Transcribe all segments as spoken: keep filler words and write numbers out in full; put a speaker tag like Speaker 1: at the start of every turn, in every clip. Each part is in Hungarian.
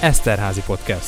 Speaker 1: Eszterházy Podcast.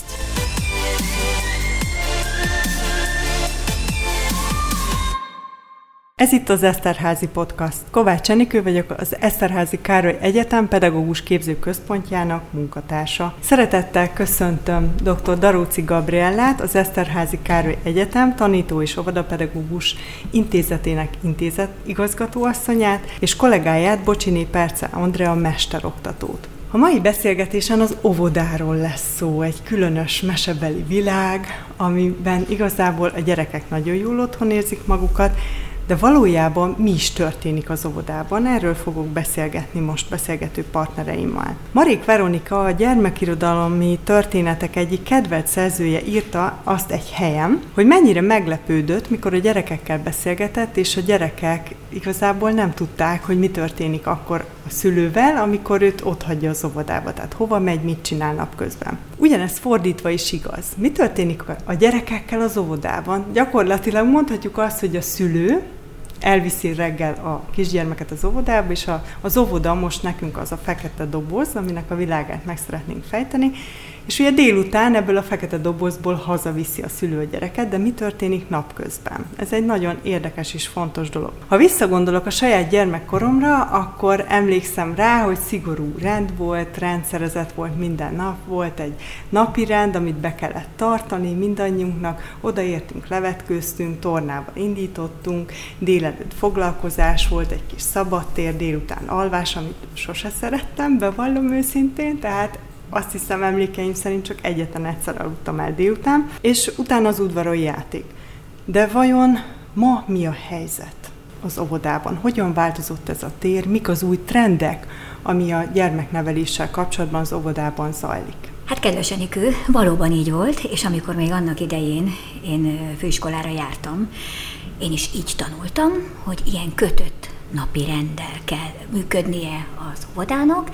Speaker 2: Ez itt az Eszterházy Podcast. Kovács Enikő vagyok, az Eszterházy Károly Egyetem Pedagógus Képzőközpontjának munkatársa. Szeretettel köszöntöm dr. Daróczy Gabriellát, az Eszterházy Károly Egyetem Tanító- és Óvodapedagógus Intézetének intézet igazgatóasszonyát, és kollégáját, Bocsiné Perce Andrea mesteroktatót. A mai beszélgetésen az óvodáról lesz szó, egy különös mesebeli világ, amiben igazából a gyerekek nagyon jól otthon érzik magukat, de valójában mi is történik az óvodában? Erről fogok beszélgetni most beszélgető partnereimmel. Marék Veronika, a gyermekirodalmi történetek egyik kedvelt szerzője írta azt egy helyen, hogy mennyire meglepődött, mikor a gyerekekkel beszélgetett, és a gyerekek igazából nem tudták, hogy mi történik akkor a szülővel, amikor őt otthagyja az óvodába, tehát hova megy, mit csinál napközben. Ugyanez fordítva is igaz. Mi történik a gyerekekkel az óvodában? Gyakorlatilag mondhatjuk azt, hogy a szülő elviszi reggel a kisgyermeket az óvodába, és a, az óvoda most nekünk az a fekete doboz, aminek a világát meg szeretnénk fejteni, és ugye délután ebből a fekete dobozból hazaviszi a szülő a gyereket, de mi történik napközben? Ez egy nagyon érdekes és fontos dolog. Ha visszagondolok a saját gyermekkoromra, akkor emlékszem rá, hogy szigorú rend volt, rendszerezett volt minden nap, volt egy napi rend, amit be kellett tartani mindannyiunknak, odaértünk, levetkőztünk, tornába indítottunk, délelőtt foglalkozás volt, egy kis szabadtér, délután alvás, amit sose szerettem, bevallom őszintén, tehát azt hiszem, emlékeim szerint csak egyetlen egyszer aludtam el délután, és utána az udvaron játék. De vajon ma mi a helyzet az óvodában? Hogyan változott ez a tér? Mik az új trendek, ami a gyermekneveléssel kapcsolatban az óvodában zajlik?
Speaker 3: Hát kedves Enikő, valóban így volt, és amikor még annak idején én főiskolára jártam, én is így tanultam, hogy ilyen kötött napi renddel kell működnie az óvodának.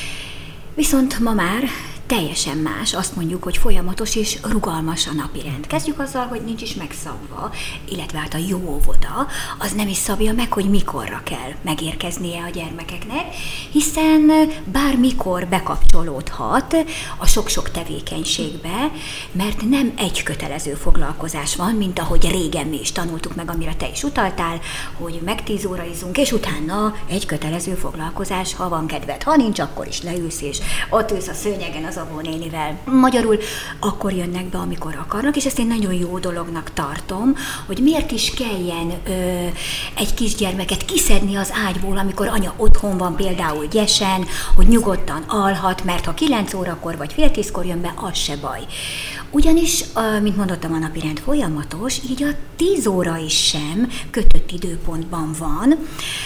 Speaker 3: Viszont ma már teljesen más, azt mondjuk, hogy folyamatos és rugalmas a napirend. Kezdjük azzal, hogy nincs is megszabva, illetve hát a jó óvoda, az nem is szabja meg, hogy mikorra kell megérkeznie a gyermekeknek, hiszen bármikor bekapcsolódhat a sok-sok tevékenységbe, mert nem egy kötelező foglalkozás van, mint ahogy régen mi is tanultuk meg, amire te is utaltál, hogy meg tíz óraizunk, és utána egy kötelező foglalkozás, ha van kedved. Ha nincs, akkor is leülsz, és ott ülsz a szőnyegen az óvónénivel. Magyarul akkor jönnek be, amikor akarnak, és ezt én nagyon jó dolognak tartom, hogy miért is kelljen ö, egy kisgyermeket kiszedni az ágyból, amikor anya otthon van például gyesen, hogy nyugodtan alhat, mert ha kilenc órakor vagy fél tízkor jön be, az se baj. Ugyanis, mint mondottam, a napirend folyamatos, így a tíz óra is sem kötött időpontban van,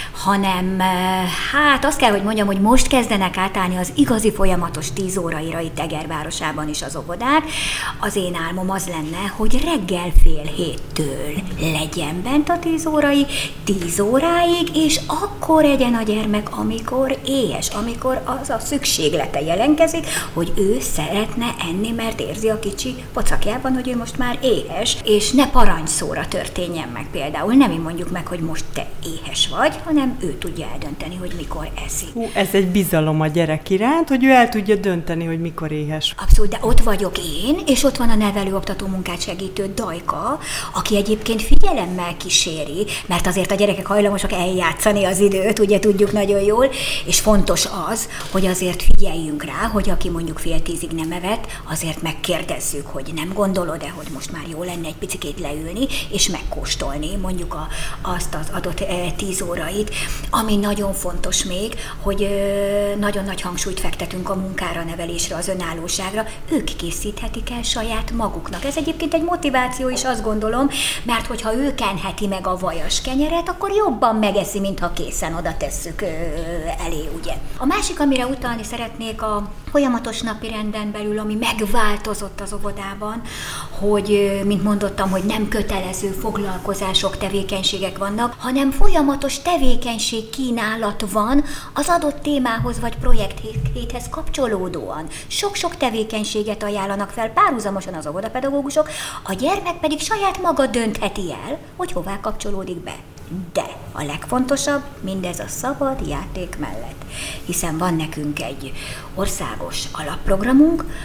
Speaker 3: hanem hát azt kell, hogy mondjam, hogy most kezdenek átállni az igazi folyamatos tíz óraira itt Eger városában is az óvodák. Az én álmom az lenne, hogy reggel fél héttől legyen bent a tíz órai, tíz óráig, és akkor egyen a gyermek, amikor éhes, amikor az a szükséglete jelentkezik, hogy ő szeretne enni, mert érzi a kicsi pocakjában, hogy ő most már éhes, és ne parancsszóra történjen meg például. Nem mi mondjuk meg, hogy most te éhes vagy, hanem ő tudja eldönteni, hogy mikor eszik.
Speaker 2: Hú, ez egy bizalom a gyerek iránt, hogy ő el tudja dönteni, hogy mikor éhes.
Speaker 3: Abszolút, de ott vagyok én, és ott van a nevelő-oktató munkát segítő Dajka, aki egyébként figyelemmel kíséri, mert azért a gyerekek hajlamosak eljátszani az időt, ugye tudjuk nagyon jól, és fontos az, hogy azért figyeljünk rá, hogy aki mondjuk fél tízig nem evett, azért megkérdezzük, hogy nem gondolod-e, hogy most már jó lenne egy picikét leülni, és megkóstolni mondjuk a, azt az adott e, tíz órait, ami nagyon fontos még, hogy e, nagyon nagy hangsúlyt fektetünk a munkára, nevelésre, az önállóságra, ők készíthetik el saját maguknak. Ez egyébként egy motiváció is, azt gondolom, mert hogyha ő kenheti meg a vajas kenyeret, akkor jobban megeszi, mintha készen oda tesszük ö, elé, ugye. A másik, amire utalni szeretnék a folyamatos napirenden belül, ami megváltozott az óvodában, hogy, mint mondottam, hogy nem kötelező foglalkozások, tevékenységek vannak, hanem folyamatos tevékenység kínálat van az adott témához vagy projekthez kapcsolódóan. Sok-sok tevékenységet ajánlanak fel párhuzamosan az óvodapedagógusok, a gyermek pedig saját maga döntheti el, hogy hová kapcsolódik be. De a legfontosabb mindez a szabad játék mellett, hiszen van nekünk egy országos alapprogramunk,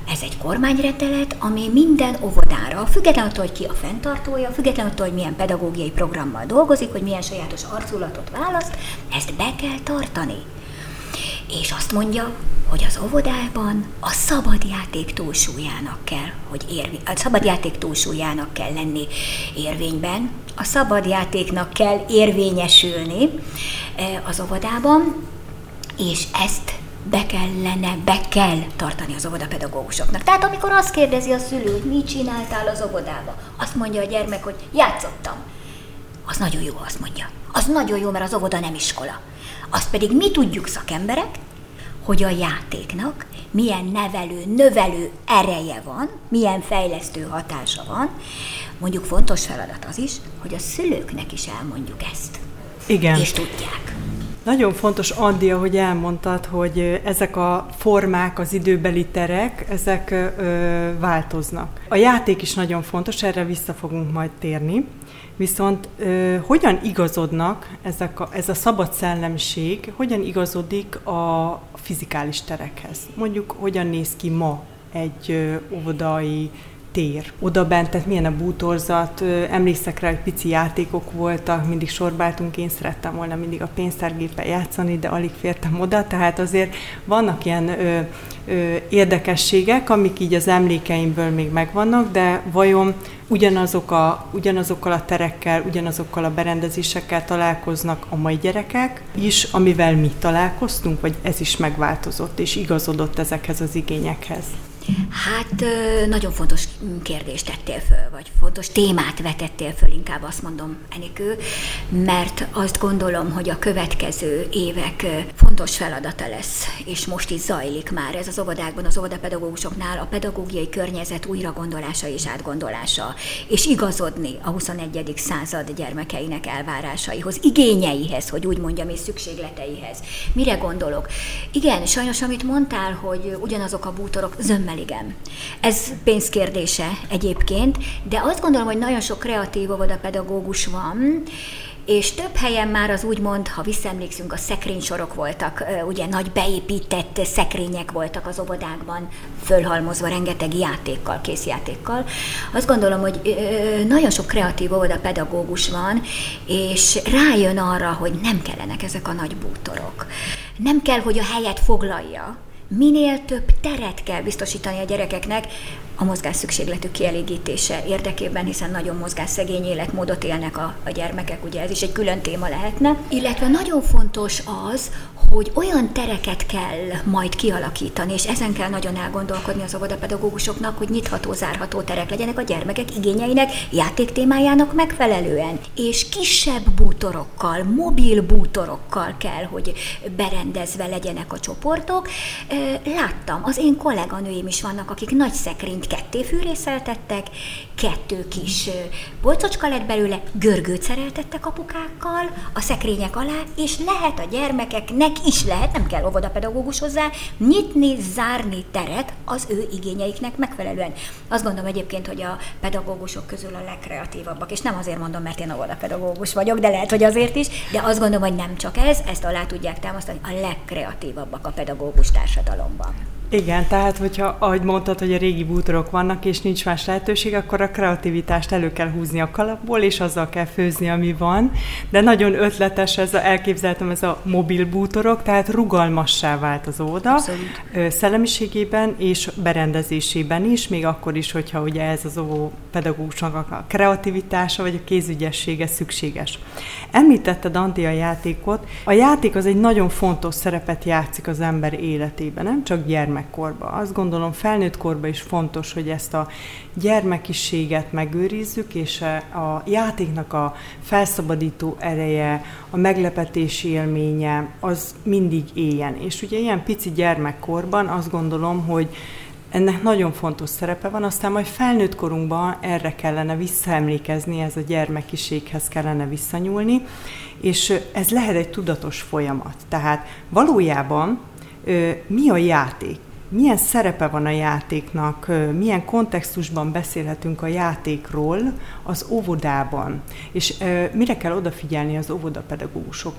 Speaker 3: Ez egy kormányrendelet, ami minden óvodára, függetlenül attól, hogy ki a fenntartója, függetlenül attól, hogy milyen pedagógiai programmal dolgozik, hogy milyen sajátos arculatot választ, ezt be kell tartani. És azt mondja, hogy az óvodában a szabadjáték túlsúlyának kell, hogy érvény, a szabadjáték túlsúlyának kell lenni érvényben, a szabadjátéknak kell érvényesülni az óvodában, és ezt be kellene, be kell tartani az óvodapedagógusoknak. Tehát amikor azt kérdezi a szülő, hogy mit csináltál az óvodába, azt mondja a gyermek, hogy játszottam. Az nagyon jó, azt mondja. Az nagyon jó, mert az óvoda nem iskola. Azt pedig mi tudjuk szakemberek, hogy a játéknak milyen nevelő, növelő ereje van, milyen fejlesztő hatása van. Mondjuk fontos feladat az is, hogy a szülőknek is elmondjuk ezt.
Speaker 2: Igen.
Speaker 3: És tudják.
Speaker 2: Nagyon fontos, Andi, ahogy elmondtad, hogy ezek a formák, az időbeli terek, ezek ö, változnak. A játék is nagyon fontos, erre vissza fogunk majd térni. Viszont ö, hogyan igazodnak ezek a, ez a szabad szellemiség, hogyan igazodik a fizikális terekhez? Mondjuk, hogyan néz ki ma egy ö, óvodai tér. Oda bent, tehát milyen a bútorzat, emlékszek rá, hogy pici játékok voltak, mindig sorbáltunk, én szerettem volna mindig a pénztárgéppel játszani, de alig fértem oda, tehát azért vannak ilyen ö, ö, érdekességek, amik így az emlékeimből még megvannak, de vajon ugyanazok a, ugyanazokkal a terekkel, ugyanazokkal a berendezésekkel találkoznak a mai gyerekek is, amivel mi találkoztunk, vagy ez is megváltozott és igazodott ezekhez az igényekhez?
Speaker 3: Hát nagyon fontos kérdést tettél föl, vagy fontos témát vetettél föl, inkább azt mondom, Enikő, mert azt gondolom, hogy a következő évek fontos feladata lesz, és most is zajlik már ez az óvodákban, az óvodapedagógusoknál a pedagógiai környezet újragondolása és átgondolása, és igazodni a huszonegyedik század gyermekeinek elvárásaihoz, igényeihez, hogy úgy mondjam, és szükségleteihez. Mire gondolok? Igen, sajnos, amit mondtál, hogy ugyanazok a bútorok, zömmel igen. Ez pénzkérdése egyébként, de azt gondolom, hogy nagyon sok kreatív óvodapedagógus van, és több helyen már az úgymond, ha visszaemlékszünk, a szekrénysorok voltak, ugye nagy beépített szekrények voltak az óvodákban, fölhalmozva rengeteg játékkal, készjátékkal. Azt gondolom, hogy nagyon sok kreatív óvodapedagógus van, és rájön arra, hogy nem kellenek ezek a nagy bútorok. Nem kell, hogy a helyet foglalja. Minél több teret kell biztosítani a gyerekeknek a mozgásszükségletük kielégítése érdekében, hiszen nagyon mozgásszegény életmódot élnek a, a gyermekek, ugye ez is egy külön téma lehetne. Illetve nagyon fontos az, hogy olyan tereket kell majd kialakítani, és ezen kell nagyon elgondolkodni az óvodapedagógusoknak, hogy nyitható, zárható terek legyenek a gyermekek igényeinek, játéktémájának megfelelően. És kisebb bútorokkal, mobil bútorokkal kell, hogy berendezve legyenek a csoportok. Láttam, az én kolléganőim is vannak, akik nagy szekrényt ketté fűrészeltettek, kettő kis bolcocska lett belőle, görgőt szereltettek apukákkal a szekrények alá, és lehet a gyermekeknek is lehet, nem kell óvodapedagógus hozzá, nyitni, zárni teret az ő igényeiknek megfelelően. Azt gondolom egyébként, hogy a pedagógusok közül a legkreatívabbak, és nem azért mondom, mert én óvodapedagógus vagyok, de lehet, hogy azért is, de azt gondolom, hogy nem csak ez, ezt alá tudják támasztani, a legkreatívabbak a pedagógus társadalomban.
Speaker 2: Igen, tehát hogyha, ahogy mondtad, hogy a régi bútorok vannak, és nincs más lehetőség, akkor a kreativitást elő kell húzni a kalapból, és azzal kell főzni, ami van. De nagyon ötletes ez, a, elképzeltem ez a mobil bútorok, tehát rugalmassá vált az óvoda, szellemiségében és berendezésében is, még akkor is, hogyha ugye ez az óvodapedagógusnak a kreativitása, vagy a kézügyessége szükséges. Említetted, Andi, a játékot. A játék az egy nagyon fontos szerepet játszik az ember életében, nem csak gyermekkorban. Azt gondolom, felnőtt korban is fontos, hogy ezt a gyermekiséget megőrizzük, és a játéknak a felszabadító ereje, a meglepetési élménye, az mindig éljen. És ugye ilyen pici gyermekkorban azt gondolom, hogy ennek nagyon fontos szerepe van, aztán majd felnőtt korunkban erre kellene visszaemlékezni, ez a gyermekiséghez kellene visszanyúlni, és ez lehet egy tudatos folyamat. Tehát valójában mi a játék? Milyen szerepe van a játéknak, milyen kontextusban beszélhetünk a játékról az óvodában, és mire kell odafigyelni az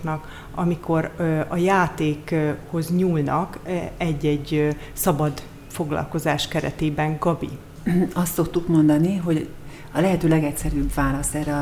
Speaker 2: óvodapedagógusoknak, amikor a játékhoz nyúlnak egy-egy szabad foglalkozás keretében, Gabi?
Speaker 1: Azt szoktuk mondani, hogy a lehető legegyszerűbb válasz erre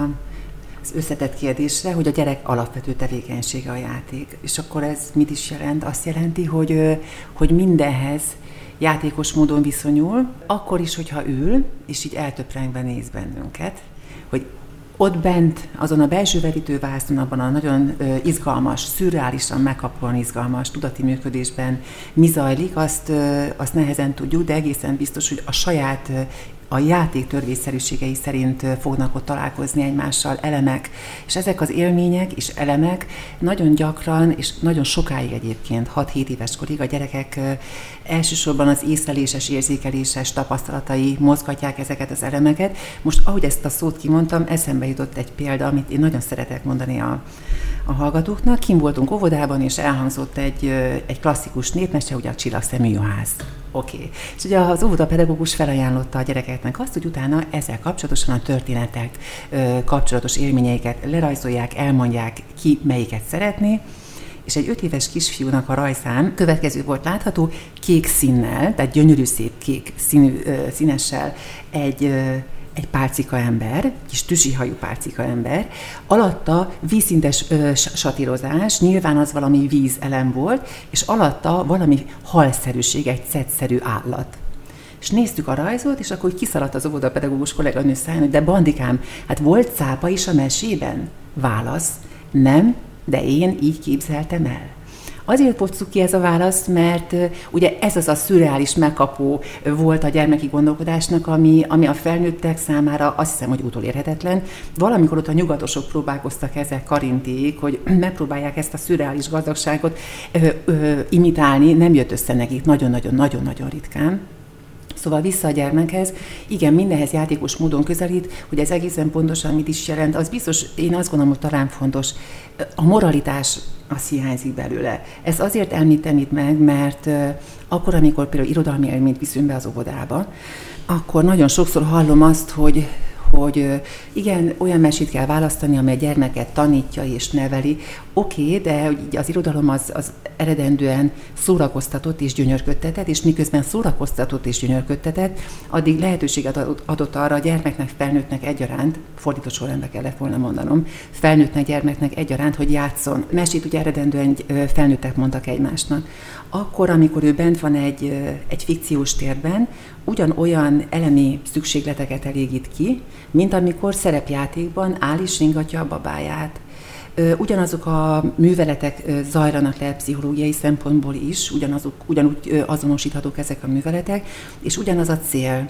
Speaker 1: az összetett kérdésre, hogy a gyerek alapvető tevékenysége a játék. És akkor ez mit is jelent? Azt jelenti, hogy, hogy mindenhez játékos módon viszonyul, akkor is, hogyha ül, és így eltöprengve néz bennünket, hogy ott bent, azon a belső vetítővászon, abban a nagyon izgalmas, szürreálisan megkapóan izgalmas tudati működésben mi zajlik, azt, azt nehezen tudjuk, de egészen biztos, hogy a saját a játék törvényszerűségei szerint fognak ott találkozni egymással elemek, és ezek az élmények és elemek nagyon gyakran, és nagyon sokáig egyébként, hat-hét éves korig a gyerekek elsősorban az észleléses, érzékeléses tapasztalatai mozgatják ezeket az elemeket. Most, ahogy ezt a szót kimondtam, eszembe jutott egy példa, amit én nagyon szeretek mondani a, a hallgatóknak. Kim voltunk óvodában, és elhangzott egy, egy klasszikus népmese, ugye a Csillagszemű juhász. Oké. Okay. És ugye az óvodapedagógus felajánlotta a gyerekeknek azt, hogy utána ezzel kapcsolatosan a történetek kapcsolatos élményeiket lerajzolják, elmondják ki, melyiket szeretné, és egy öt éves kisfiúnak a rajzán következő volt látható, kék színnel, tehát gyönyörű szép kék színű, színessel egy egy pálcika ember, kis tüzsihajú pálcika ember, alatta vízszintes ö, satírozás, nyilván az valami vízelem volt, és alatta valami halszerűség, egy szettszerű állat. És néztük a rajzot, és akkor kiszaladt az óvodapedagógus kolléganő száján, hogy de Bandikám, hát volt cápa is a mesében? Válasz, nem, de én így képzeltem el. Azért volt ki ez a válasz, mert ugye ez az a szürreális megkapó volt a gyermeki gondolkodásnak, ami, ami a felnőttek számára azt hiszem, hogy utolérhetetlen. Valamikor ott a nyugatosok próbálkoztak ezek Karintiék, hogy megpróbálják ezt a szürreális gazdagságot ö, ö, imitálni, nem jött össze nekik nagyon-nagyon-nagyon-nagyon ritkán. Szóval vissza a gyermekhez, igen, mindenhez játékos módon közelít, hogy ez egészen pontosan mit is jelent, az biztos, én azt gondolom, hogy talán fontos, a moralitás az hiányzik belőle. Ez azért említem itt meg, mert akkor, amikor például irodalmi élményt viszünk be az óvodába, akkor nagyon sokszor hallom azt, hogy hogy igen, olyan mesét kell választani, amely a gyermeket tanítja és neveli. Oké, okay, de így az irodalom az, az eredendően szórakoztatott és gyönyörködtetett, és miközben szórakoztatott és gyönyörködtetett, addig lehetőséget adott arra a gyermeknek, felnőttnek egyaránt, fordított sorrendben kellett volna mondanom, felnőttnek, gyermeknek egyaránt, hogy játszon. Mesét ugye eredendően felnőttek mondtak egymásnak. Akkor, amikor ő bent van egy, egy fikciós térben, ugyanolyan elemi szükségleteket elégít ki, mint amikor szerepjátékban áll és ringatja a babáját. Ugyanazok a műveletek zajlanak le pszichológiai szempontból is, ugyanazok, ugyanúgy azonosíthatók ezek a műveletek, és ugyanaz a cél.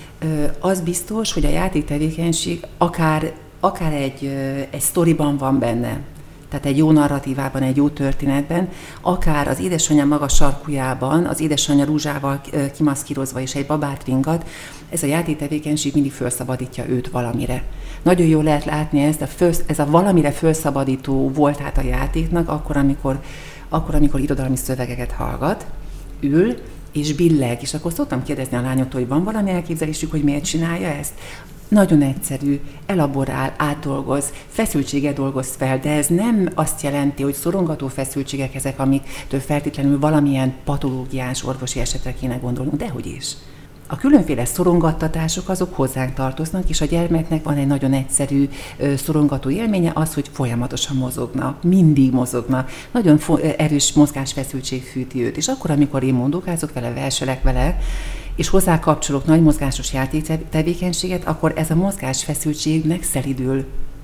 Speaker 1: Az biztos, hogy a játéktevékenység akár, akár egy, egy sztoriban van benne, tehát egy jó narratívában, egy jó történetben, akár az édesanyja maga sarkujában, az édesanyja rúzsával kimaszkírozva és egy babát ringat, ez a játéktevékenység mindig felszabadítja őt valamire. Nagyon jól lehet látni ezt, a föl, ez a valamire felszabadító volt hát a játéknak, akkor amikor, akkor, amikor irodalmi szövegeket hallgat, ül, és billeg, és akkor szoktam kérdezni a lányoktól, hogy van valami elképzelésük, hogy miért csinálja ezt? Nagyon egyszerű, elaborál, átdolgoz, feszültséget dolgoz fel, de ez nem azt jelenti, hogy szorongató feszültségek ezek, amiktől feltétlenül valamilyen patológiás orvosi esetre kéne gondolnunk, dehogy is. A különféle szorongattatások azok hozzánk tartoznak, és a gyermeknek van egy nagyon egyszerű szorongató élménye, az, hogy folyamatosan mozogna, mindig mozogna, nagyon erős mozgásfeszültség fűti őt. És akkor, amikor én mondókázok vele, verselek vele, és hozzá kapcsolok nagy mozgásos játéktevékenységet, akkor ez a mozgásfeszültség megszelidül,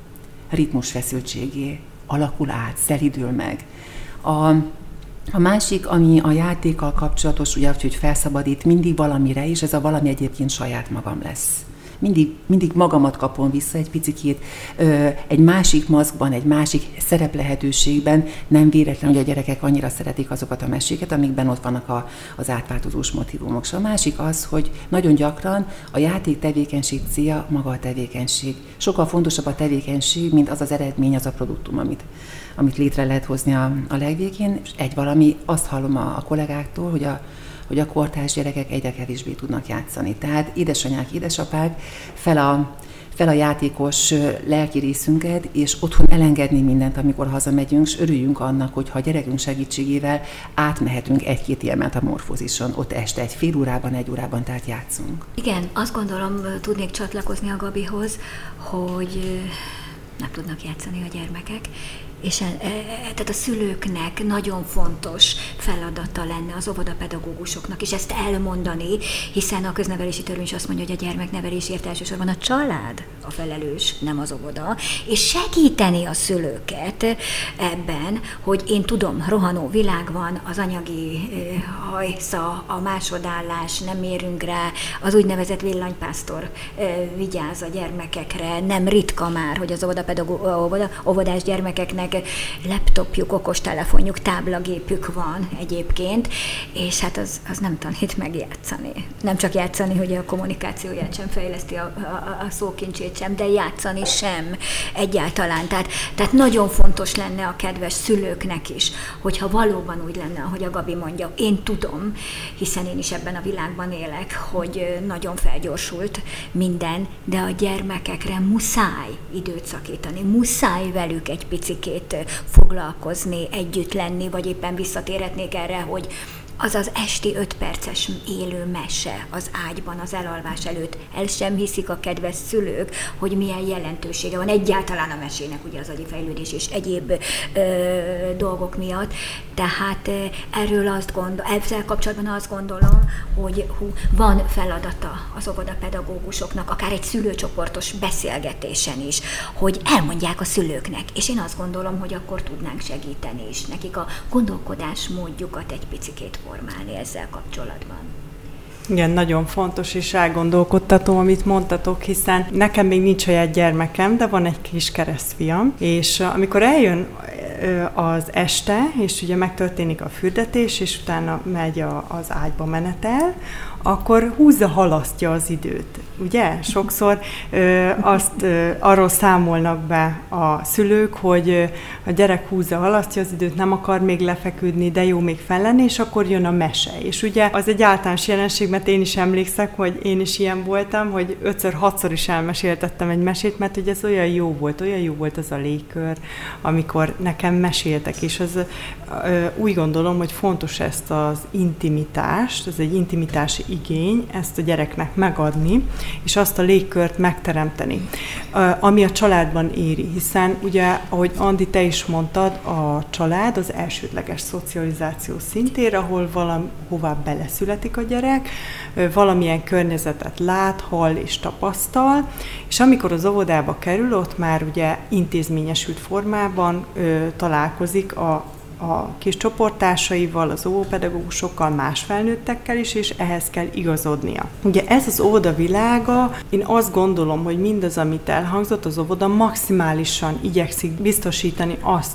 Speaker 1: ritmusfeszültségé alakul át, szelidül meg. A A másik, ami a játékkal kapcsolatos, ugye, hogy felszabadít mindig valamire, és ez a valami egyébként saját magam lesz. Mindig, mindig magamat kapom vissza egy picikét, egy másik maszkban, egy másik szereplehetőségben, nem véletlen, hogy a gyerekek annyira szeretik azokat a meséket, amikben ott vannak a, az átváltozós motívumok. És a másik az, hogy nagyon gyakran a játék tevékenység célja maga a tevékenység. Sokkal fontosabb a tevékenység, mint az az eredmény, az a produktum, amit, amit létre lehet hozni a, a legvégén. És egy valami, azt hallom a, a kollégáktól, hogy a hogy a kortárs gyerekek egyre kevésbé tudnak játszani. Tehát édesanyák, édesapák fel a fel a játékos lelki részünket, és otthon elengedni mindent, amikor hazamegyünk, és örüljünk annak, hogy ha a gyerekünk segítségével átmehetünk egy-két ilyen metamorfózison, ott este egy fél órában, egy órában, tehát játszunk.
Speaker 3: Igen, azt gondolom, tudnék csatlakozni a Gabihoz, hogy nem tudnak játszani a gyermekek, és e, e, tehát a szülőknek nagyon fontos feladata lenne az óvodapedagógusoknak is ezt elmondani, hiszen a köznevelési törvény is azt mondja, hogy a gyermeknevelésért elsősorban a család a felelős, nem az óvoda, és segíteni a szülőket ebben, hogy én tudom, rohanó világ van, az anyagi e, hajsza, a másodállás, nem érünk rá, az úgynevezett villanypásztor e, vigyáz a gyermekekre, nem ritka már, hogy az óvodapedagó, óvoda, óvodás gyermekeknek laptopjuk, okostelefonjuk, táblagépük van egyébként, és hát az, az nem tanít meg játszani. Nem csak játszani, hogy a kommunikációját sem fejleszti, a, a, a szókincsét sem, de játszani sem egyáltalán. Tehát, tehát nagyon fontos lenne a kedves szülőknek is, hogyha valóban úgy lenne, ahogy a Gabi mondja, én tudom, hiszen én is ebben a világban élek, hogy nagyon felgyorsult minden, de a gyermekekre muszáj időt szakítani, muszáj velük egy picikét foglalkozni, együtt lenni, vagy éppen visszatérhetnék erre, hogy az az esti öt perces élő mese az ágyban, az elalvás előtt. El sem hiszik a kedves szülők, hogy milyen jelentősége van egyáltalán a mesének, ugye az agyi fejlődés és egyéb ö, dolgok miatt. Tehát ö, erről azt gondol, ezzel kapcsolatban azt gondolom, hogy hú, van feladata az óvodapedagógusoknak, akár egy szülőcsoportos beszélgetésen is, hogy elmondják a szülőknek. És én azt gondolom, hogy akkor tudnánk segíteni is nekik a gondolkodásmódjukat egy picikét formálni ezzel kapcsolatban.
Speaker 2: Igen, nagyon fontos és elgondolkodtató, amit mondtatok, hiszen nekem még nincs saját gyermekem, de van egy kis keresztfiam, és amikor eljön az este, és ugye megtörténik a fürdetés, és utána megy a, az ágyba menetel, akkor húzza, halasztja az időt. Ugye? Sokszor ö, azt ö, arról számolnak be a szülők, hogy a gyerek húzza, halasztja az időt, nem akar még lefeküdni, de jó még fenn lenni, és akkor jön a mese. És ugye az egy általános jelenség, mert én is emlékszek, hogy én is ilyen voltam, hogy ötször-hatszor is elmeséltettem egy mesét, mert hogy ez olyan jó volt, olyan jó volt az a légkör, amikor nekem meséltek, és az ö, úgy gondolom, hogy fontos ezt az intimitást, ez egy intimitási igény, ezt a gyereknek megadni, és azt a légkört megteremteni, ami a családban éri, hiszen ugye, ahogy Andi, te is mondtad, a család az elsődleges szocializáció szintér, ahol valahová beleszületik a gyerek, valamilyen környezetet lát, hall és tapasztal, és amikor az óvodába kerül, ott már ugye intézményesült formában ö, találkozik a a kis csoporttársaival, az óvodapedagógusokkal, más felnőttekkel is, és ehhez kell igazodnia. Ugye ez az óvoda világa, én azt gondolom, hogy mindaz, amit elhangzott, az óvoda maximálisan igyekszik biztosítani azt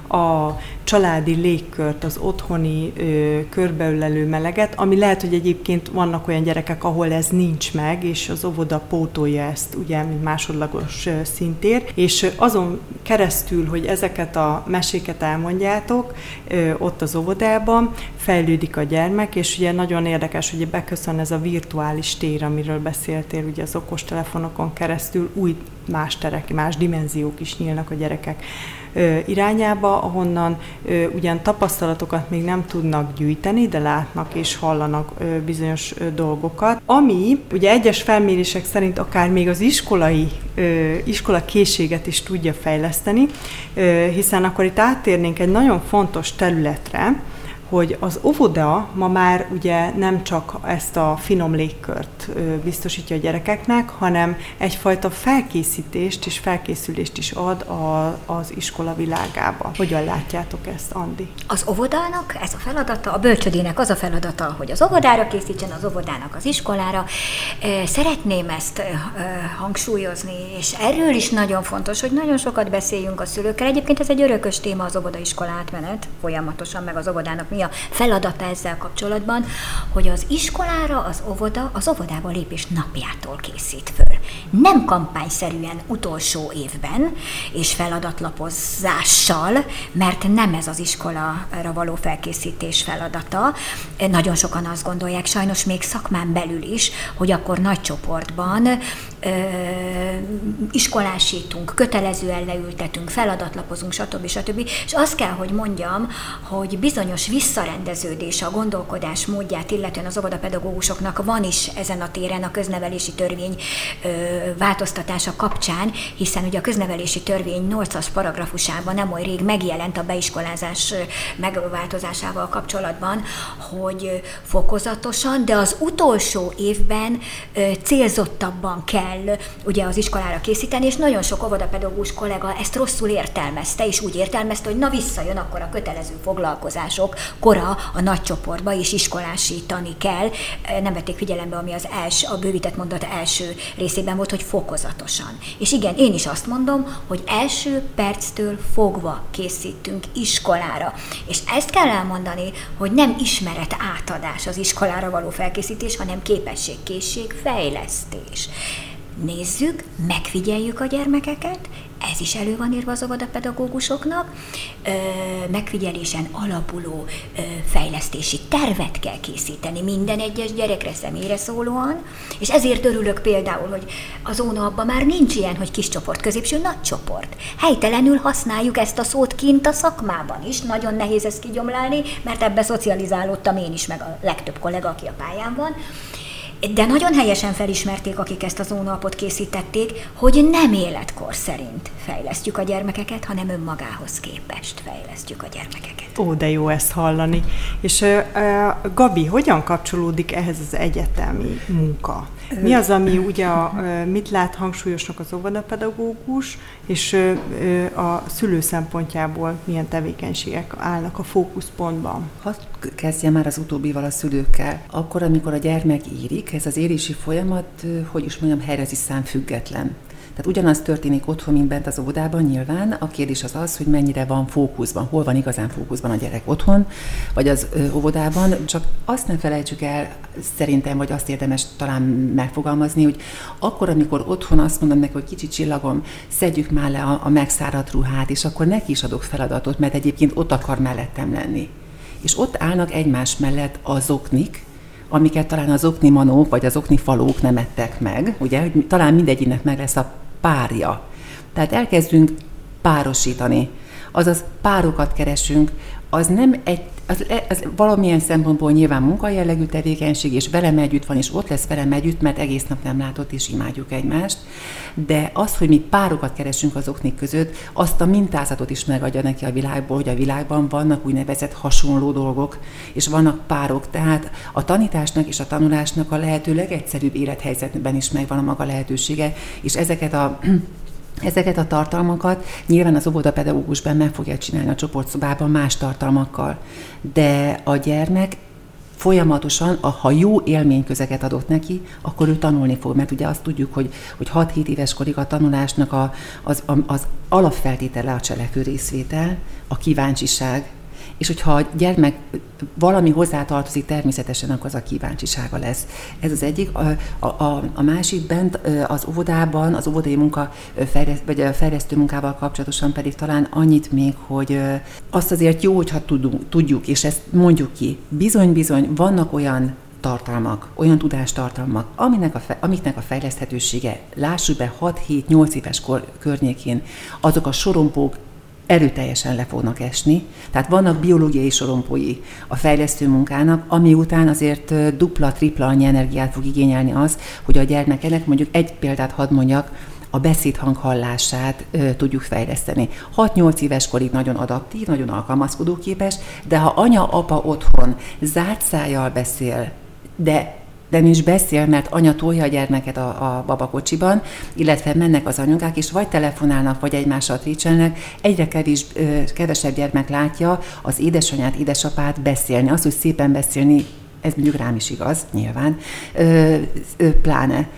Speaker 2: a családi légkört, az otthoni ö, körbeölelő meleget, ami lehet, hogy egyébként vannak olyan gyerekek, ahol ez nincs meg, és az óvoda pótolja ezt, ugye, mint másodlagos ö, szintér, és ö, azon keresztül, hogy ezeket a meséket elmondjátok, ö, ott az óvodában fejlődik a gyermek, és ugye nagyon érdekes, hogy beköszön ez a virtuális tér, amiről beszéltél, ugye az okostelefonokon keresztül új más terek, más dimenziók is nyílnak a gyerekek irányába, ahonnan ö, ugyan tapasztalatokat még nem tudnak gyűjteni, de látnak és hallanak ö, bizonyos ö, dolgokat, ami ugye egyes felmérések szerint akár még az iskolai ö, iskola készséget is tudja fejleszteni, ö, hiszen akkor itt áttérnénk egy nagyon fontos területre, hogy az óvoda ma már ugye nem csak ezt a finom légkört biztosítja a gyerekeknek, hanem egyfajta felkészítést és felkészülést is ad a, az iskola világába. Hogyan látjátok ezt, Andi?
Speaker 3: Az óvodának ez a feladata, a bölcsödének az a feladata, hogy az óvodára készítsen, az óvodának az iskolára. Szeretném ezt hangsúlyozni, és erről is nagyon fontos, hogy nagyon sokat beszéljünk a szülőkkel. Egyébként ez egy örökös téma, az óvoda-iskola átmenet, folyamatosan, meg az óvodának mi a feladata ezzel kapcsolatban, hogy az iskolára az óvoda, az óvodába lépés napjától készít föl. Nem kampányszerűen utolsó évben, és feladatlapozással, mert nem ez az iskolára való felkészítés feladata. Nagyon sokan azt gondolják, sajnos még szakmán belül is, hogy akkor nagy csoportban ö, iskolásítunk, kötelezően leültetünk, feladatlapozunk, stb. stb. És azt kell, hogy mondjam, hogy bizonyos visszarendeződés a gondolkodás módját, illetően az óvodapedagógusoknak van is ezen a téren a köznevelési törvény ö, változtatása kapcsán, hiszen ugye a köznevelési törvény nyolcas paragrafusában nem olyan rég megjelent a beiskolázás megváltozásával kapcsolatban, hogy fokozatosan, de az utolsó évben ö, célzottabban kell ugye az iskolára készíteni, és nagyon sok óvodapedagógus kollega ezt rosszul értelmezte, és úgy értelmezte, hogy na visszajön akkor a kötelező foglalkozások kora a nagy csoportba is iskolásítani kell. Nem vették figyelembe, ami az első, a bővített mondat első részében volt, hogy fokozatosan. És igen, én is azt mondom, hogy első perctől fogva készítünk iskolára. És ezt kell elmondani, hogy nem ismeret átadás az iskolára való felkészítés, hanem képesség, készség, fejlesztés. Nézzük, megfigyeljük a gyermekeket, ez is elő van írva az óvodapedagógusoknak, megfigyelésen alapuló fejlesztési tervet kell készíteni minden egyes gyerekre, személyre szólóan, és ezért örülök például, hogy az ónaapban már nincs ilyen, hogy kis csoport, középső, nagy csoport. Helytelenül használjuk ezt a szót kint a szakmában is, nagyon nehéz ezt kigyomlálni, mert ebbe szocializálódtam én is, meg a legtöbb kollega, aki a pályán van. De nagyon helyesen felismerték, akik ezt az ónaapot készítették, hogy nem életkor szerint fejlesztjük a gyermekeket, hanem önmagához képest fejlesztjük a gyermekeket.
Speaker 2: Ó, de jó ezt hallani. És uh, uh, Gabi, hogyan kapcsolódik ehhez az egyetemi munka? Mi az, ami ugye, a, uh, mit lát hangsúlyosnak az óvodapedagógus, és uh, uh, a szülő szempontjából milyen tevékenységek állnak a fókuszpontban?
Speaker 1: Hadd kezdjem már az utóbbival, a szülőkkel. Akkor, amikor a gyermek érik, ez az érési folyamat, hogy is mondjam, helyrezi számfüggetlen. Tehát ugyanaz történik otthon, mint bent az óvodában nyilván. A kérdés az az, hogy mennyire van fókuszban, hol van igazán fókuszban a gyerek otthon, vagy az óvodában. Csak azt nem felejtsük el, szerintem, vagy azt érdemes talán megfogalmazni, hogy akkor, amikor otthon azt mondom neki, hogy kicsi csillagom, szedjük már le a, a megszáradt ruhát, és akkor neki is adok feladatot, mert egyébként ott akar mellettem lenni. És ott állnak egymás mellett a zoknik, amiket talán az oknimanók vagy az oknifalók nem ettek meg, ugye, hogy talán mindegyinek meg lesz a párja. Tehát elkezdünk párosítani, azaz párokat keresünk, az nem egy, az, az valamilyen szempontból nyilván munkajellegű tevékenység, és velem együtt van, és ott lesz velem együtt, mert egész nap nem látott, és imádjuk egymást, de az, hogy mi párokat keresünk az oknik között, azt a mintázatot is megadja neki a világból, hogy a világban vannak úgynevezett hasonló dolgok, és vannak párok, tehát a tanításnak és a tanulásnak a lehető legegyszerűbb élethelyzetben is megvan a maga lehetősége, és ezeket a Ezeket a tartalmakat nyilván az óvodapedagógusban meg fogja csinálni a csoportszobában más tartalmakkal, de a gyermek folyamatosan, ha jó élményközeget adott neki, akkor ő tanulni fog, mert ugye azt tudjuk, hogy, hogy hat-hét éves korig a tanulásnak a, az, az alapfeltétele a cselekvő részvétel, a kíváncsiság, és hogyha a gyermek valami hozzátartozik, természetesen akkor az a kíváncsisága lesz. Ez az egyik. A, a, a másik bent az óvodában, az óvodai munka fejleszt, vagy a fejlesztő munkával kapcsolatosan pedig talán annyit még, hogy azt azért jó, hogyha tudunk, tudjuk, és ezt mondjuk ki. Bizony-bizony vannak olyan tartalmak, olyan tudástartalmak, aminek a, amiknek a fejleszthetősége, lássuk be, hat-hét-nyolc éves kor környékén, azok a sorompók erőteljesen le fognak esni. Tehát vannak biológiai sorompói a fejlesztő munkának, ami után azért dupla, tripla annyi energiát fog igényelni az, hogy a gyermekenek, mondjuk egy példát hadd mondjak, a beszédhang hallását ö, tudjuk fejleszteni. hat-nyolc éves korig nagyon adaptív, nagyon alkalmazkodóképes, de ha anya, apa otthon zárt szájjal beszél, de de nincs beszél, mert anya tolja a gyermeket a, a babakocsiban, illetve mennek az anyukák, és vagy telefonálnak, vagy egymással trécselnek, egyre kevés, kevesebb gyermek látja az édesanyát, édesapát beszélni. Az, hogy szépen beszélni, ez mondjuk rám is igaz, nyilván, ö, ö, pláne.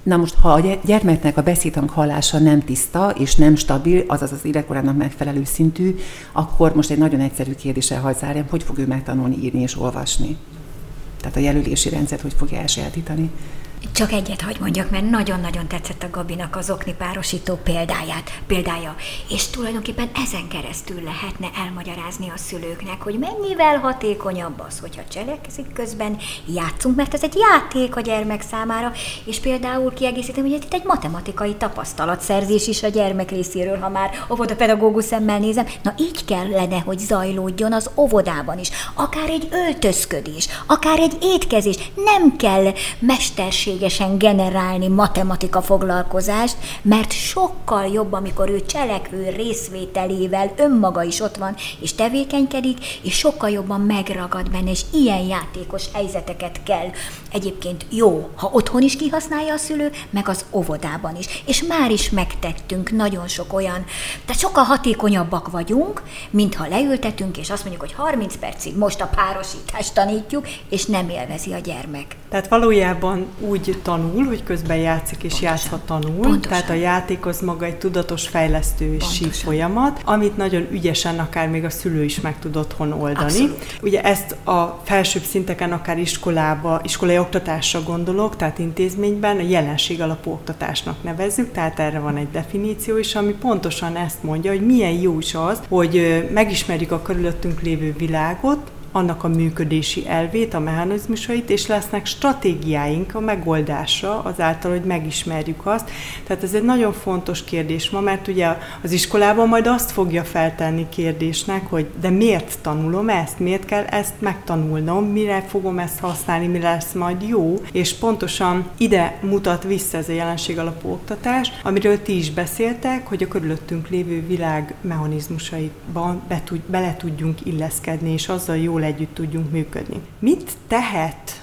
Speaker 1: Na most, ha a gyermeknek a beszédhang hallása nem tiszta és nem stabil, azaz az életkorának megfelelő szintű, akkor most egy nagyon egyszerű kérdéssel hadd zárjam, hogy fog ő megtanulni írni és olvasni. Tehát a jelölési rendszert hogy fogja elsajátítani.
Speaker 3: Csak egyet hagy mondjak, mert nagyon-nagyon tetszett a Gabinak az okni párosító példáját, példája. És tulajdonképpen ezen keresztül lehetne elmagyarázni a szülőknek, hogy mennyivel hatékonyabb az, hogyha cselekszik közben, játszunk, mert ez egy játék a gyermek számára, és például kiegészítem, hogy itt egy matematikai tapasztalatszerzés is a gyermek részéről, ha már óvodapedagógus szemmel nézem. Na így kellene, hogy zajlódjon az óvodában is. Akár egy öltözködés, akár egy étkezés. Nem kell mesterség generálni matematika foglalkozást, mert sokkal jobb, amikor ő cselekvő részvételével önmaga is ott van, és tevékenykedik, és sokkal jobban megragad benne, és ilyen játékos helyzeteket kell. Egyébként jó, ha otthon is kihasználja a szülő, meg az óvodában is. És már is megtettünk nagyon sok olyan, tehát sokkal hatékonyabbak vagyunk, mintha leültetünk, és azt mondjuk, hogy harminc percig most a párosítást tanítjuk, és nem élvezi a gyermek.
Speaker 2: Tehát valójában úgy tanul, hogy közben játszik és Pontosan. játszva tanul. Pontosan. Tehát a játék az maga egy tudatos fejlesztő és sív folyamat, amit nagyon ügyesen akár még a szülő is meg tud otthon oldani. Abszolút. Ugye ezt a felsőbb szinteken akár iskolába, iskolai oktatásra gondolok, tehát intézményben a jelenség alapú oktatásnak nevezzük, tehát erre van egy definíció is, ami pontosan ezt mondja, hogy milyen jó is az, hogy megismerjük a körülöttünk lévő világot, annak a működési elvét, a mechanizmusait, és lesznek stratégiáink a megoldásra, azáltal, hogy megismerjük azt. Tehát ez egy nagyon fontos kérdés ma, mert ugye az iskolában majd azt fogja feltenni kérdésnek, hogy de miért tanulom ezt, miért kell ezt megtanulnom, mire fogom ezt használni, mi lesz majd jó, és pontosan ide mutat vissza ez a jelenség alapú oktatás, amiről ti is beszéltek, hogy a körülöttünk lévő világ mechanizmusaiban be tud, bele tudjunk illeszkedni, és azzal jól együtt tudjunk működni. Mit tehet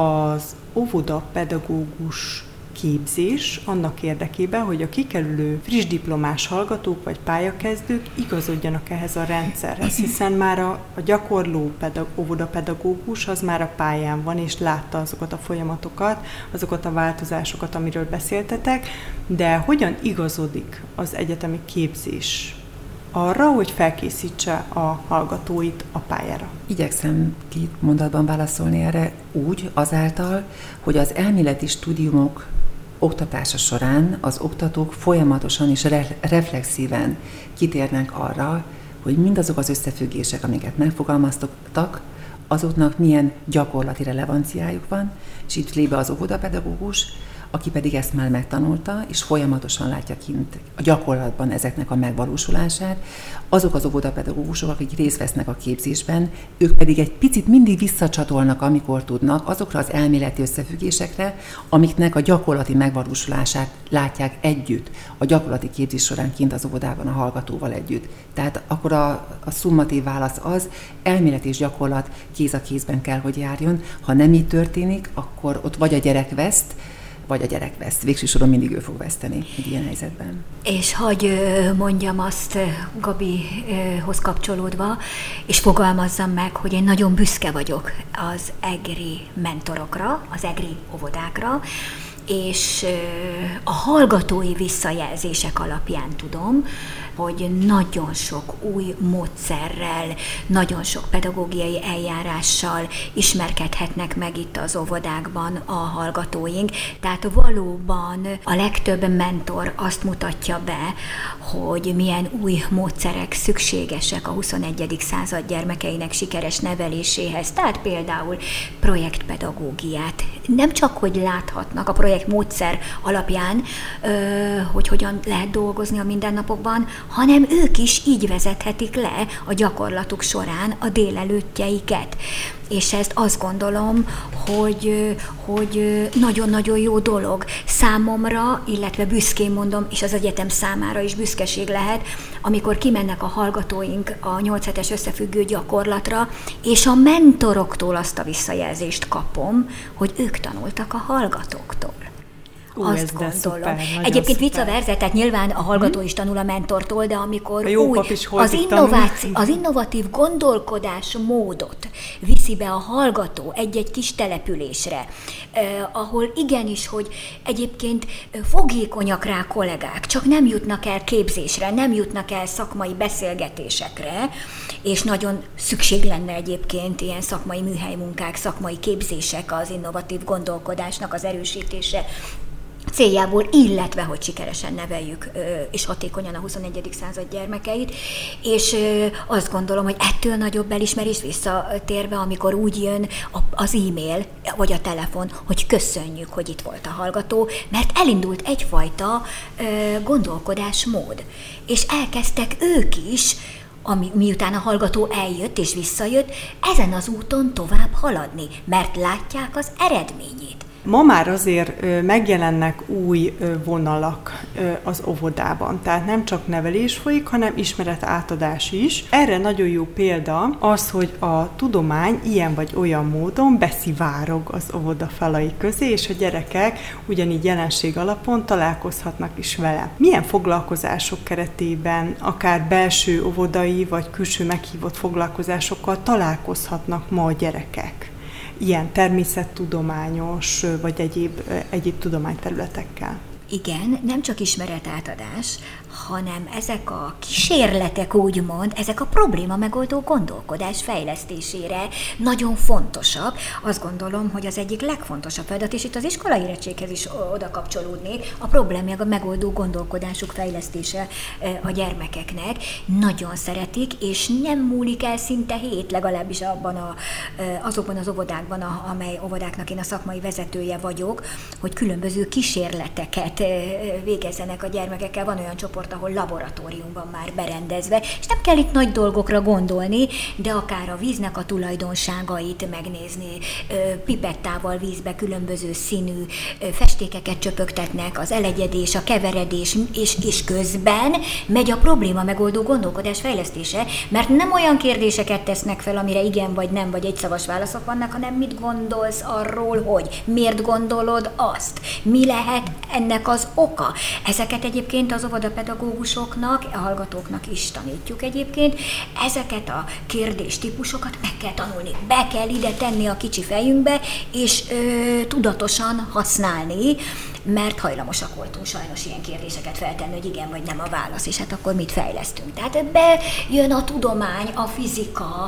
Speaker 2: az óvodapedagógus képzés annak érdekében, hogy a kikerülő friss diplomás hallgatók vagy pályakezdők igazodjanak ehhez a rendszerhez, hiszen már a, a gyakorló pedag- óvodapedagógus az már a pályán van, és látta azokat a folyamatokat, azokat a változásokat, amiről beszéltetek, de hogyan igazodik az egyetemi képzés arra, hogy felkészítse a hallgatóit a pályára?
Speaker 1: Igyekszem két mondatban válaszolni erre úgy, azáltal, hogy az elméleti stúdiumok oktatása során az oktatók folyamatosan és re- reflexíven kitérnek arra, hogy mindazok az összefüggések, amiket megfogalmaztak, azoknak milyen gyakorlati relevanciájuk van, és itt lép be az óvodapedagógus, aki pedig ezt már megtanulta, és folyamatosan látja kint a gyakorlatban ezeknek a megvalósulását. Azok az óvodapedagógusok, akik részt vesznek a képzésben, ők pedig egy picit mindig visszacsatolnak, amikor tudnak, azokra az elméleti összefüggésekre, amiknek a gyakorlati megvalósulását látják együtt, a gyakorlati képzés során kint az óvodában a hallgatóval együtt. Tehát akkor a, a szummatív válasz az, elmélet és gyakorlat kéz a kézben kell, hogy járjon. Ha nem így történik, akkor ott vagy a gyerek veszt, vagy a gyerek vesz. Végső soron mindig ő fog veszteni egy ilyen helyzetben.
Speaker 3: És hagy mondjam azt Gabihoz kapcsolódva, és fogalmazzam meg, hogy én nagyon büszke vagyok az egri mentorokra, az egri óvodákra, és a hallgatói visszajelzések alapján tudom, hogy nagyon sok új módszerrel, nagyon sok pedagógiai eljárással ismerkedhetnek meg itt az óvodákban a hallgatóink. Tehát valóban a legtöbb mentor azt mutatja be, hogy milyen új módszerek szükségesek a huszonegyedik század gyermekeinek sikeres neveléséhez. Tehát például projektpedagógiát. Nem csak, hogy láthatnak a projektmódszer alapján, hogy hogyan lehet dolgozni a mindennapokban, hanem ők is így vezethetik le a gyakorlatuk során a délelőttjeiket. És ezt azt gondolom, hogy, hogy nagyon-nagyon jó dolog számomra, illetve büszkén mondom, és az egyetem számára is büszkeség lehet, amikor kimennek a hallgatóink a nyolc hetes összefüggő gyakorlatra, és a mentoroktól azt a visszajelzést kapom, hogy ők tanultak a hallgatóktól.
Speaker 2: Ú,
Speaker 3: azt gondolom.
Speaker 2: Szuper,
Speaker 3: Egyébként vicc a
Speaker 2: szuper.
Speaker 3: verze, tehát nyilván a hallgató is tanul a mentortól, de amikor új, az, innováció, az innovatív gondolkodás módot viszi be a hallgató egy-egy kis településre, eh, ahol igenis, hogy egyébként fogékonyak rá kollégák, csak nem jutnak el képzésre, nem jutnak el szakmai beszélgetésekre, és nagyon szükség lenne egyébként ilyen szakmai műhelymunkák, szakmai képzések az innovatív gondolkodásnak az erősítése céljából, illetve hogy sikeresen neveljük és hatékonyan a huszonegyedik század gyermekeit, és azt gondolom, hogy ettől nagyobb elismerés visszatérve, amikor úgy jön az e-mail vagy a telefon, hogy köszönjük, hogy itt volt a hallgató, mert elindult egyfajta gondolkodásmód, és elkezdtek ők is, ami, miután a hallgató eljött és visszajött, ezen az úton tovább haladni, mert látják az eredményét.
Speaker 2: Ma már azért megjelennek új vonalak az óvodában, tehát nem csak nevelés folyik, hanem ismeretátadás is. Erre nagyon jó példa az, hogy a tudomány ilyen vagy olyan módon beszivárog az óvoda falai közé, és a gyerekek ugyanígy jelenség alapon találkozhatnak is vele. Milyen foglalkozások keretében, akár belső óvodai vagy külső meghívott foglalkozásokkal találkozhatnak ma a gyerekek? Ilyen természettudományos vagy egyéb, egyéb tudományterületekkel.
Speaker 3: Igen, nem csak ismeretátadás, hanem ezek a kísérletek, úgymond, ezek a probléma megoldó gondolkodás fejlesztésére nagyon fontosak. Azt gondolom, hogy az egyik legfontosabb feladat, és itt az iskolai érettséghez is oda kapcsolódnék, a probléma a megoldó gondolkodásuk fejlesztése a gyermekeknek. Nagyon szeretik, és nem múlik el szinte hét, legalábbis abban a, azokban az óvodákban, amely óvodáknak én a szakmai vezetője vagyok, hogy különböző kísérleteket végezzenek a gyermekekkel. Van olyan csoport, ahol laboratórium van már berendezve, és nem kell itt nagy dolgokra gondolni, de akár a víznek a tulajdonságait megnézni, pipettával vízbe különböző színű festékeket csöpögtetnek, az elegyedés, a keveredés, és, és közben megy a probléma megoldó gondolkodás fejlesztése, mert nem olyan kérdéseket tesznek fel, amire igen vagy nem, vagy egyszavas válaszok vannak, hanem mit gondolsz arról, hogy miért gondolod azt, mi lehet ennek az oka. Ezeket egyébként az óvodapedagógusoknak, a hallgatóknak is tanítjuk egyébként. Ezeket a kérdéstípusokat meg kell tanulni. Be kell ide tenni a kicsi fejünkbe, és ö, tudatosan használni, mert hajlamosak voltunk sajnos ilyen kérdéseket feltenni, hogy igen vagy nem a válasz, és hát akkor mit fejlesztünk. Tehát bejön a tudomány, a fizika,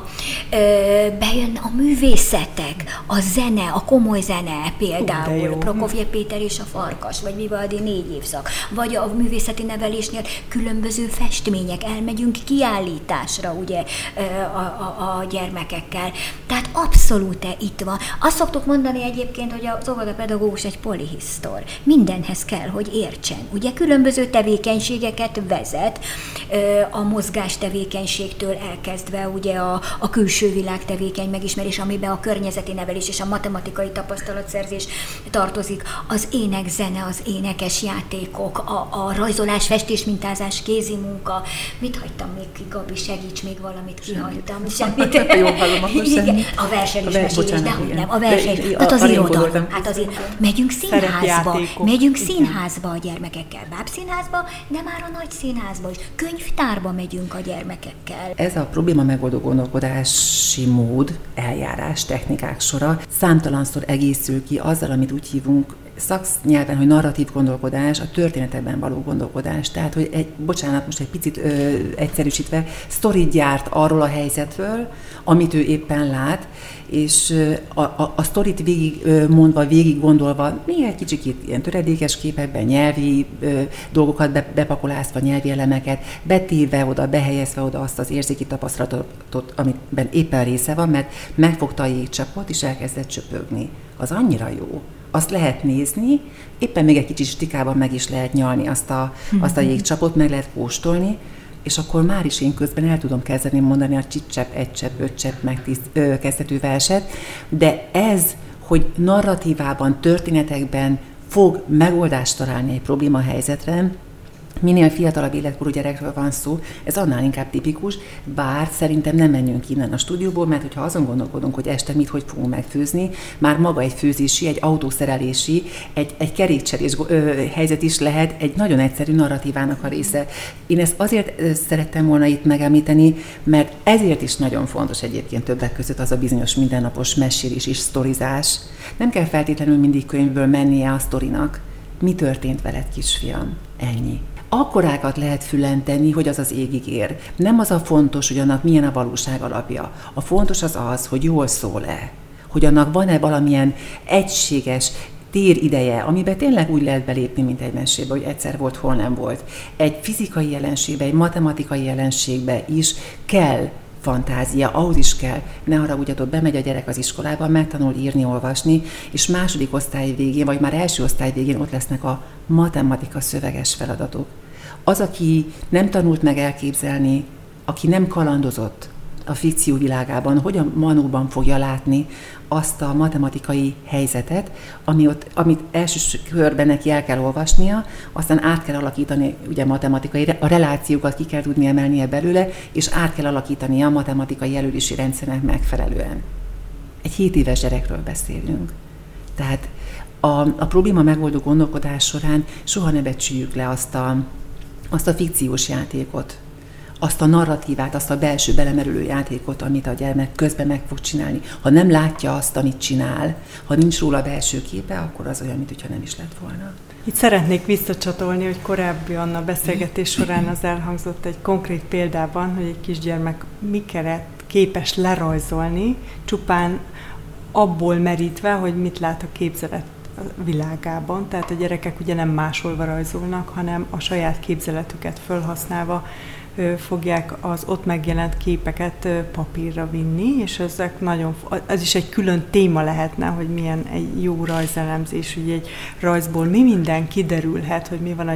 Speaker 3: bejön a művészetek, a zene, a komoly zene, például Prokofjev Péter és a Farkas, vagy Vivaldi négy évszak, vagy a művészeti nevelésnél különböző festmények, elmegyünk kiállításra, ugye, a, a, a gyermekekkel. Tehát abszolút itt van. Azt szoktuk mondani egyébként, hogy az óvodapedagógus egy polihisztor. Mindenhez kell, hogy értsen. Ugye különböző tevékenységeket vezet, a mozgás tevékenységtől elkezdve ugye a, a külső világ tevékeny megismerés, amiben a környezeti nevelés és a matematikai tapasztalatszerzés tartozik, az ének, zene, az énekes játékok, a, a rajzolás, festés, mintázás, kézi munka. Mit hagytam még ki, Gabi, segíts, még valamit kihagytam. Semmit.
Speaker 1: Jó, hallom, akkor semmi.
Speaker 3: A versenyismesélés, de hogy nem, a verseny, hát az irodalom, hát azért megyünk színházba, megyünk színházba a gyermekekkel, bábszínházba, de már a nagy színházba is, könyvtárba megyünk a gyermekekkel.
Speaker 1: Ez a probléma megoldó gondolkodási mód, eljárás, technikák sora számtalanszor egészül ki azzal, amit úgy hívunk szaknyelven, hogy narratív gondolkodás, a történetekben való gondolkodás. Tehát, hogy egy, bocsánat, most egy picit ö, egyszerűsítve, sztorit gyárt arról a helyzetről, amit ő éppen lát, és a, a, a sztorit végig ö, mondva, végig gondolva, még egy kicsit ilyen töredékes képekben, nyelvi ö, dolgokat be, bepakolászva, nyelvi elemeket, betéve oda, behelyezve oda azt az érzéki tapasztalatot, amiben éppen része van, mert megfogta a jégcsapot, és elkezdett csöpögni. Az annyira jó. Azt lehet nézni, éppen még egy kicsit stikában meg is lehet nyalni azt a, mm-hmm. azt a jégcsapot, meg lehet kóstolni, és akkor már is én közben el tudom kezdeni mondani a csicsepp, egy csepp, öt csepp, meg tíz ö, kezdetű verset, de ez, hogy narratívában, történetekben fog megoldást találni egy probléma helyzetre, minél fiatalabb életkorú gyerekről van szó, ez annál inkább tipikus, bár szerintem nem menjünk innen a stúdióból, mert hogyha azon gondolkodunk, hogy este mit, hogy fogunk megfőzni, már maga egy főzési, egy autószerelési, egy, egy kerékcserés helyzet is lehet egy nagyon egyszerű narratívának a része. Én ezt azért szerettem volna itt megemlíteni, mert ezért is nagyon fontos egyébként többek között az a bizonyos mindennapos mesélés és sztorizás. Nem kell feltétlenül mindig könyvből mennie a sztorinak. Mi történt veled, kisfiam? Ennyi. Akkorákat lehet fülenteni, hogy az az égig ér. Nem az a fontos, hogy annak milyen a valóság alapja. A fontos az az, hogy jól szól-e. Hogy annak van-e valamilyen egységes térideje, amiben tényleg úgy lehet belépni, mint egy mesébe, hogy egyszer volt, hol nem volt. Egy fizikai jelenségbe, egy matematikai jelenségbe is kell fantázia, ahhoz is kell, ne haragudjatok, bemegy a gyerek az iskolába, megtanul írni, olvasni, és második osztály végén, vagy már első osztály végén ott lesznek a matematika szöveges feladatok. Az, aki nem tanult meg elképzelni, aki nem kalandozott a fikció világában, hogyan manóban fogja látni azt a matematikai helyzetet, ami ott, amit első körben neki el kell olvasnia, aztán át kell alakítani, ugye matematikai, a relációkat ki kell tudni emelnie belőle, és át kell alakítania a matematikai jelölési rendszernek megfelelően. Egy hét éves gyerekről beszélünk. Tehát a, a probléma megoldó gondolkodás során soha ne becsüljük le azt a, azt a fikciós játékot, azt a narratívát, azt a belső belemerülő játékot, amit a gyermek közben meg fog csinálni. Ha nem látja azt, amit csinál, ha nincs róla belső képe, akkor az olyan, mintha nem is lett volna.
Speaker 2: Itt szeretnék visszacsatolni, hogy korábban a beszélgetés során az elhangzott egy konkrét példában, hogy egy kisgyermek miket képes lerajzolni, csupán abból merítve, hogy mit lát a képzelet világában. Tehát a gyerekek ugye nem másolva rajzolnak, hanem a saját képzeletüket felhasználva fogják az ott megjelent képeket papírra vinni, és ezek nagyon, ez is egy külön téma lehetne, hogy milyen egy jó rajzelemzés, hogy egy rajzból mi minden kiderülhet, hogy mi van a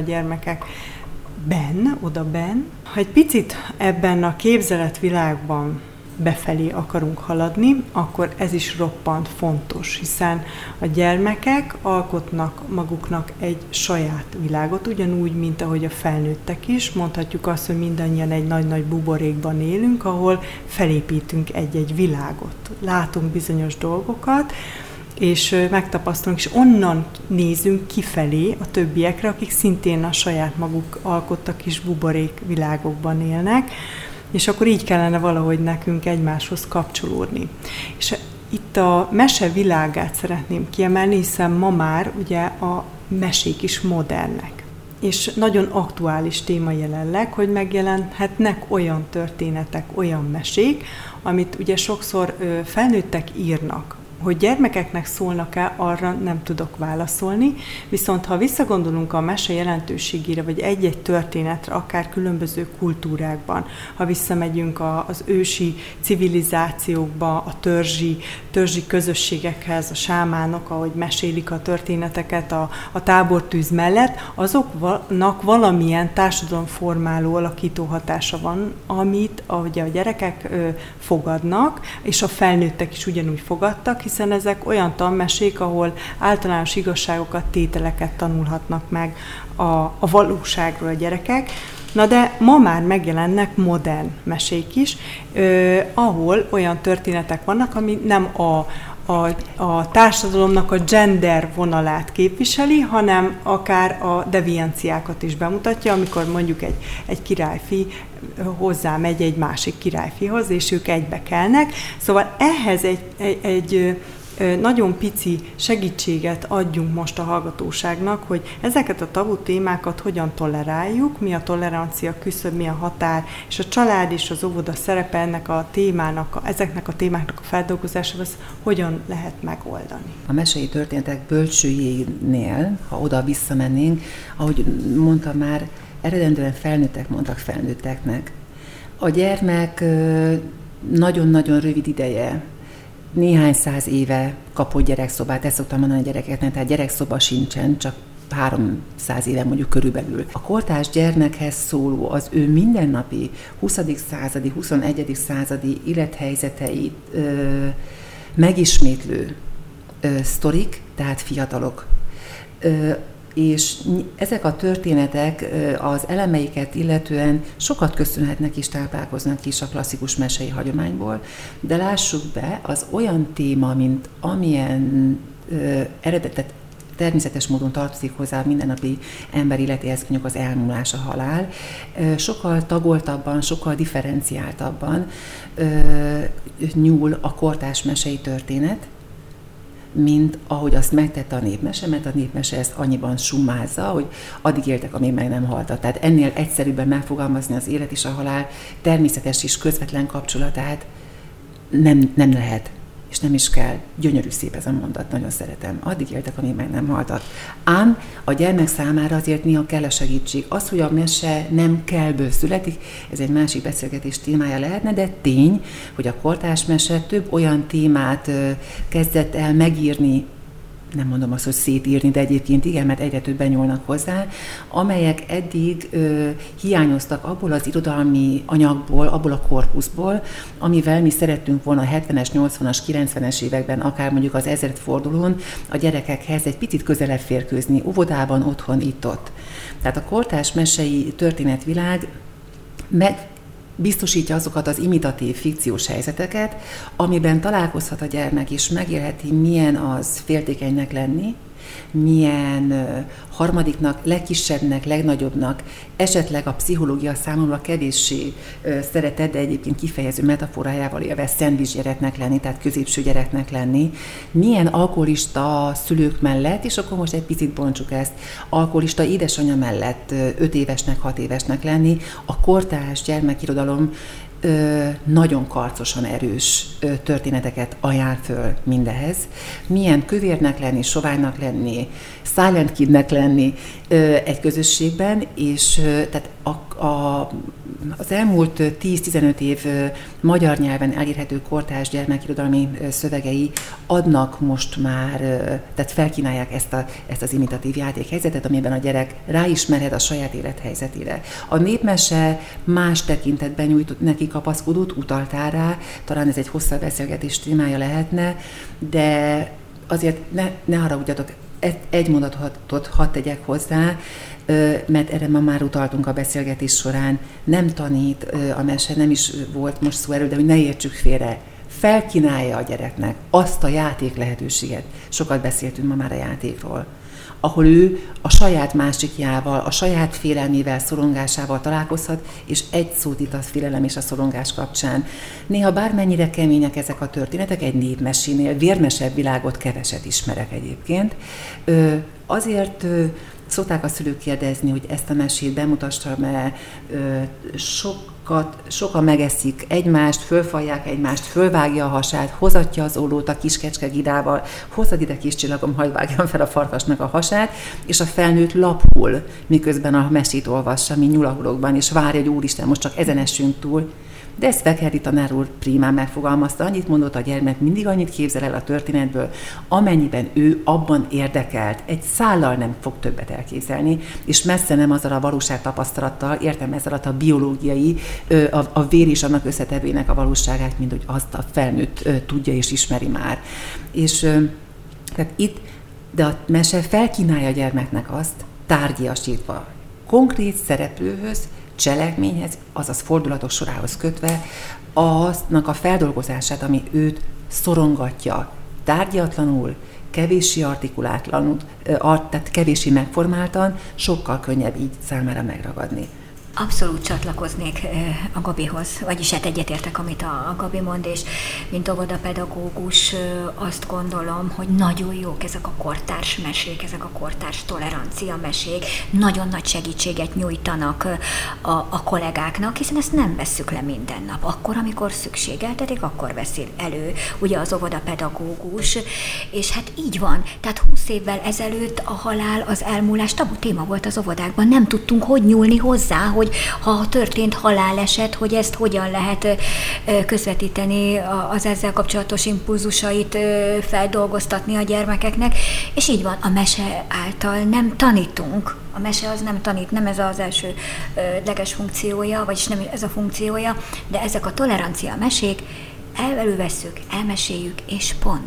Speaker 2: gyermekekben, oda benn. Ha egy picit ebben a képzeletvilágban befelé akarunk haladni, akkor ez is roppant fontos, hiszen a gyermekek alkotnak maguknak egy saját világot, ugyanúgy, mint ahogy a felnőttek is. Mondhatjuk azt, hogy mindannyian egy nagy-nagy buborékban élünk, ahol felépítünk egy-egy világot. Látunk bizonyos dolgokat, és megtapasztalunk, és onnan nézünk kifelé a többiekre, akik szintén a saját maguk alkotta kis buborék világokban élnek, és akkor így kellene valahogy nekünk egymáshoz kapcsolódni. És itt a mese világát szeretném kiemelni, hiszen ma már ugye a mesék is modernek. És nagyon aktuális téma jelenleg, hogy megjelenhetnek olyan történetek, olyan mesék, amit ugye sokszor felnőttek írnak. Hogy gyermekeknek szólnak-e, arra nem tudok válaszolni, viszont ha visszagondolunk a mese jelentőségére, vagy egy-egy történetre, akár különböző kultúrákban, ha visszamegyünk az ősi civilizációkba, a törzsi, törzsi közösségekhez, a sámánok, ahogy mesélik a történeteket a, a tábortűz mellett, azoknak valamilyen társadalomformáló, alakító hatása van, amit ahogy a gyerekek ö, fogadnak, és a felnőttek is ugyanúgy fogadtak, hiszen ezek olyan tanmesék, ahol általános igazságokat, tételeket tanulhatnak meg a, a valóságról a gyerekek. Na de ma már megjelennek modern mesék is, eh, ahol olyan történetek vannak, ami nem a, a, a társadalomnak a gender vonalát képviseli, hanem akár a devianciákat is bemutatja, amikor mondjuk egy, egy királyfi hozzá megy egy másik királyfihoz, és ők egybe kelnek. Szóval ehhez egy, egy, egy nagyon pici segítséget adjunk most a hallgatóságnak, hogy ezeket a tabu témákat hogyan toleráljuk, mi a tolerancia küszöb, mi a határ, és a család és az óvoda szerepe ennek a témának, ezeknek a témáknak a feldolgozásával hogyan lehet megoldani.
Speaker 1: A mesei történetek bölcsőjénél, ha oda visszamennénk, ahogy mondtam már, eredendően felnőttek mondtak felnőtteknek. A gyermek nagyon-nagyon rövid ideje, néhány száz éve kapott gyerekszobát, ezt szoktam mondani a gyerekeknek, tehát gyerekszoba sincsen, csak háromszáz éve mondjuk körülbelül. A kortárs gyermekhez szóló, az ő mindennapi huszadik századi, huszonegyedik századi élethelyzeteit ö, megismétlő ö, sztorik, tehát fiatalok. Ö, és ezek a történetek az elemeiket illetően sokat köszönhetnek és táplálkoznak is a klasszikus mesei hagyományból, de lássuk be, az olyan téma, mint amilyen ö, eredetet természetes módon tartozik hozzá a mindennapi ember életéhez, mondjuk az elmúlás, a halál, sokkal tagoltabban, sokkal differenciáltabban ö, nyúl a kortárs mesei történet, mint ahogy azt megtette a népmese, mert a népmese ezt annyiban summázza, hogy addig éltek, amíg meg nem haltak. Tehát ennél egyszerűbben megfogalmazni az élet és a halál természetes és közvetlen kapcsolatát nem, nem lehet, és nem is kell. Gyönyörű szép ez a mondat, nagyon szeretem. Addig éltek, amíg meg nem haltak. Ám a gyermek számára azért néha kell a segítség. Az, hogy a mese nem kellből születik, ez egy másik beszélgetés témája lehetne, de tény, hogy a kortárs mese több olyan témát ö, kezdett el megírni, nem mondom azt, hogy szétírni, de egyébként igen, mert egyre többen nyúlnak hozzá, amelyek eddig ö, hiányoztak abból az irodalmi anyagból, abból a korpuszból, amivel mi szerettünk volna a hetvenes, nyolcvanas, kilencvenes években, akár mondjuk az ezredfordulón a gyerekekhez egy picit közelebb férkőzni, óvodában, otthon, itt-ott. Tehát a kortárs mesei történetvilág meg biztosítja azokat az imitatív, fikciós helyzeteket, amiben találkozhat a gyermek, és megélheti, milyen az féltékenynek lenni, milyen uh, harmadiknak, legkisebbnek, legnagyobbnak, esetleg a pszichológia számomra kevéssé uh, szeretett, de egyébként kifejező metaforájával élve szendvics gyereknek lenni, tehát középső gyereknek lenni, milyen alkoholista szülők mellett, és akkor most egy picit bontsuk ezt, alkoholista édesanyja mellett uh, öt évesnek, hat évesnek lenni, a kortárs gyermekirodalom Ö, nagyon karcosan erős ö, történeteket ajánl föl mindehez. Milyen kövérnek lenni, soványnak lenni, silent kidnek lenni ö, egy közösségben, és ö, tehát a, a, az elmúlt tíz-tizenöt év ö, magyar nyelven elérhető kortárs gyermekirodalmi ö, szövegei adnak most már, ö, tehát felkínálják ezt, a, ezt az imitatív játékhelyzetet, amiben a gyerek ráismerhet a saját élethelyzetére. A népmese más tekintetben nyújtott neki kapaszkodót, utaltál rá, talán ez egy hosszabb beszélgetés témája lehetne, de azért ne, ne haragudjatok, egy mondatot hadd tegyek hozzá, mert erre ma már utaltunk a beszélgetés során, nem tanít a mese, nem is volt most szó erről, de hogy ne értsük félre, felkínálja a gyereknek azt a játék lehetőséget. Sokat beszéltünk ma már a játékról, ahol ő a saját másikjával, a saját félelmével, szorongásával találkozhat, és egy szót itt a félelem és a szorongás kapcsán. Néha bármennyire kemények ezek a történetek, egy népmesénél, vérmesebb világot keveset ismerek egyébként. Ö, azért ö, szokták a szülők kérdezni, hogy ezt a mesét bemutassam-e, sokat, sokan megeszik egymást, fölfalják egymást, fölvágja a hasát, hozatja az ollót a kiskecske Gidával, hozad ide kis csillagom, hadd vágjam fel a farkasnak a hasát, és a felnőtt lapul, miközben a mesét olvassa, mint nyulahulokban, és várja, hogy úristen, most csak ezen essünk túl. De ezt Vekeri tanár úr prímán megfogalmazta, annyit mondott a gyermek, mindig annyit képzel el a történetből, amennyiben ő abban érdekelt, egy szállal nem fog többet elképzelni, és messze nem azzal a valóság tapasztalattal, értem ezzel a biológiai, a, a vér és annak összetevőjének a valóságát, mint hogy azt a felnőtt tudja és ismeri már. És tehát itt, de a mese felkínálja a gyermeknek azt, tárgyiasítva, konkrét szereplőhöz, cselekményhez, azaz fordulatok sorához kötve, aznak a feldolgozását, ami őt szorongatja, tárgyatlanul, kevéssé artikulátlanul, tehát kevéssé megformáltan, sokkal könnyebb így számára megragadni.
Speaker 3: Abszolút csatlakoznék a Gabihoz, vagyis hát egyetértek, amit a Gabi mond, és mint óvodapedagógus azt gondolom, hogy nagyon jók ezek a kortárs mesék, ezek a kortárs tolerancia mesék, nagyon nagy segítséget nyújtanak a, a kollégáknak, hiszen ezt nem vesszük le minden nap. Akkor, amikor szükségeltetik, akkor veszi elő ugye az óvodapedagógus, és hát így van. Tehát húsz évvel ezelőtt a halál, az elmúlás tabu téma volt az óvodákban, nem tudtunk hogy nyúlni hozzá, hogy ha történt haláleset, hogy ezt hogyan lehet közvetíteni, az ezzel kapcsolatos impulzusait feldolgoztatni a gyermekeknek, és így van, a mese által nem tanítunk. A mese az nem tanít, nem ez az első leges funkciója, vagyis nem ez a funkciója, de ezek a tolerancia mesék, elővesszük, elmeséljük, és pont.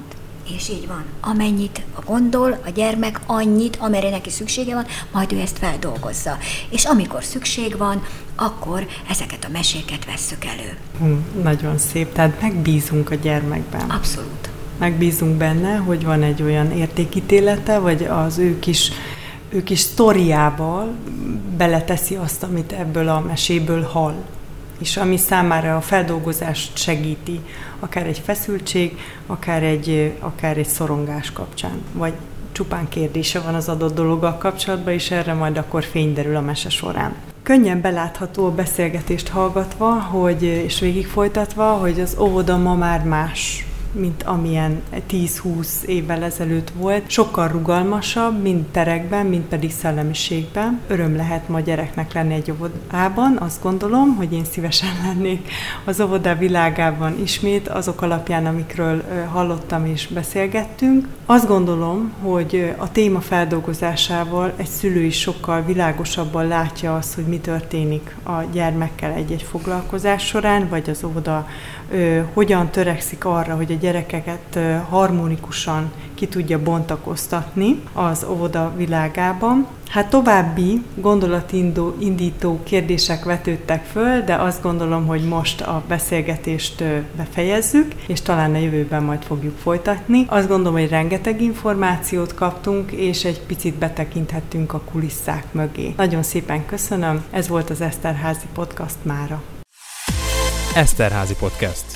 Speaker 3: És így van. Amennyit gondol a gyermek, annyit, amire neki szüksége van, majd ő ezt feldolgozza. És amikor szükség van, akkor ezeket a meséket vesszük elő.
Speaker 2: Hm, nagyon szép. Tehát megbízunk a gyermekben.
Speaker 3: Abszolút.
Speaker 2: Megbízunk benne, hogy van egy olyan értékítélete, vagy az ő kis, ő kis sztoriával beleteszi azt, amit ebből a meséből hall. És ami számára a feldolgozást segíti, akár egy feszültség, akár egy, akár egy szorongás kapcsán, vagy csupán kérdése van az adott dologgal kapcsolatban, és erre majd akkor fény derül a mese során. Könnyen belátható a beszélgetést hallgatva, hogy, és végig folytatva, hogy az óvoda ma már más, mint amilyen tíz-húsz évvel ezelőtt volt. Sokkal rugalmasabb, mind terekben, mind pedig szellemiségben. Öröm lehet ma gyereknek lenni egy óvodában. Azt gondolom, hogy én szívesen lennék az óvoda világában ismét, azok alapján, amikről hallottam és beszélgettünk. Azt gondolom, hogy a téma feldolgozásával egy szülő is sokkal világosabban látja azt, hogy mi történik a gyermekkel egy-egy foglalkozás során, vagy az óvoda ö, hogyan törekszik arra, hogy a gyerekeket harmonikusan ki tudja bontakoztatni az óvoda világában. Hát további gondolatindító kérdések vetődtek föl, de azt gondolom, hogy most a beszélgetést befejezzük, és talán a jövőben majd fogjuk folytatni. Azt gondolom, hogy rengeteg információt kaptunk, és egy picit betekinthettünk a kulisszák mögé. Nagyon szépen köszönöm, ez volt az Eszterházi Podcast mára.
Speaker 4: Eszterházi Podcast.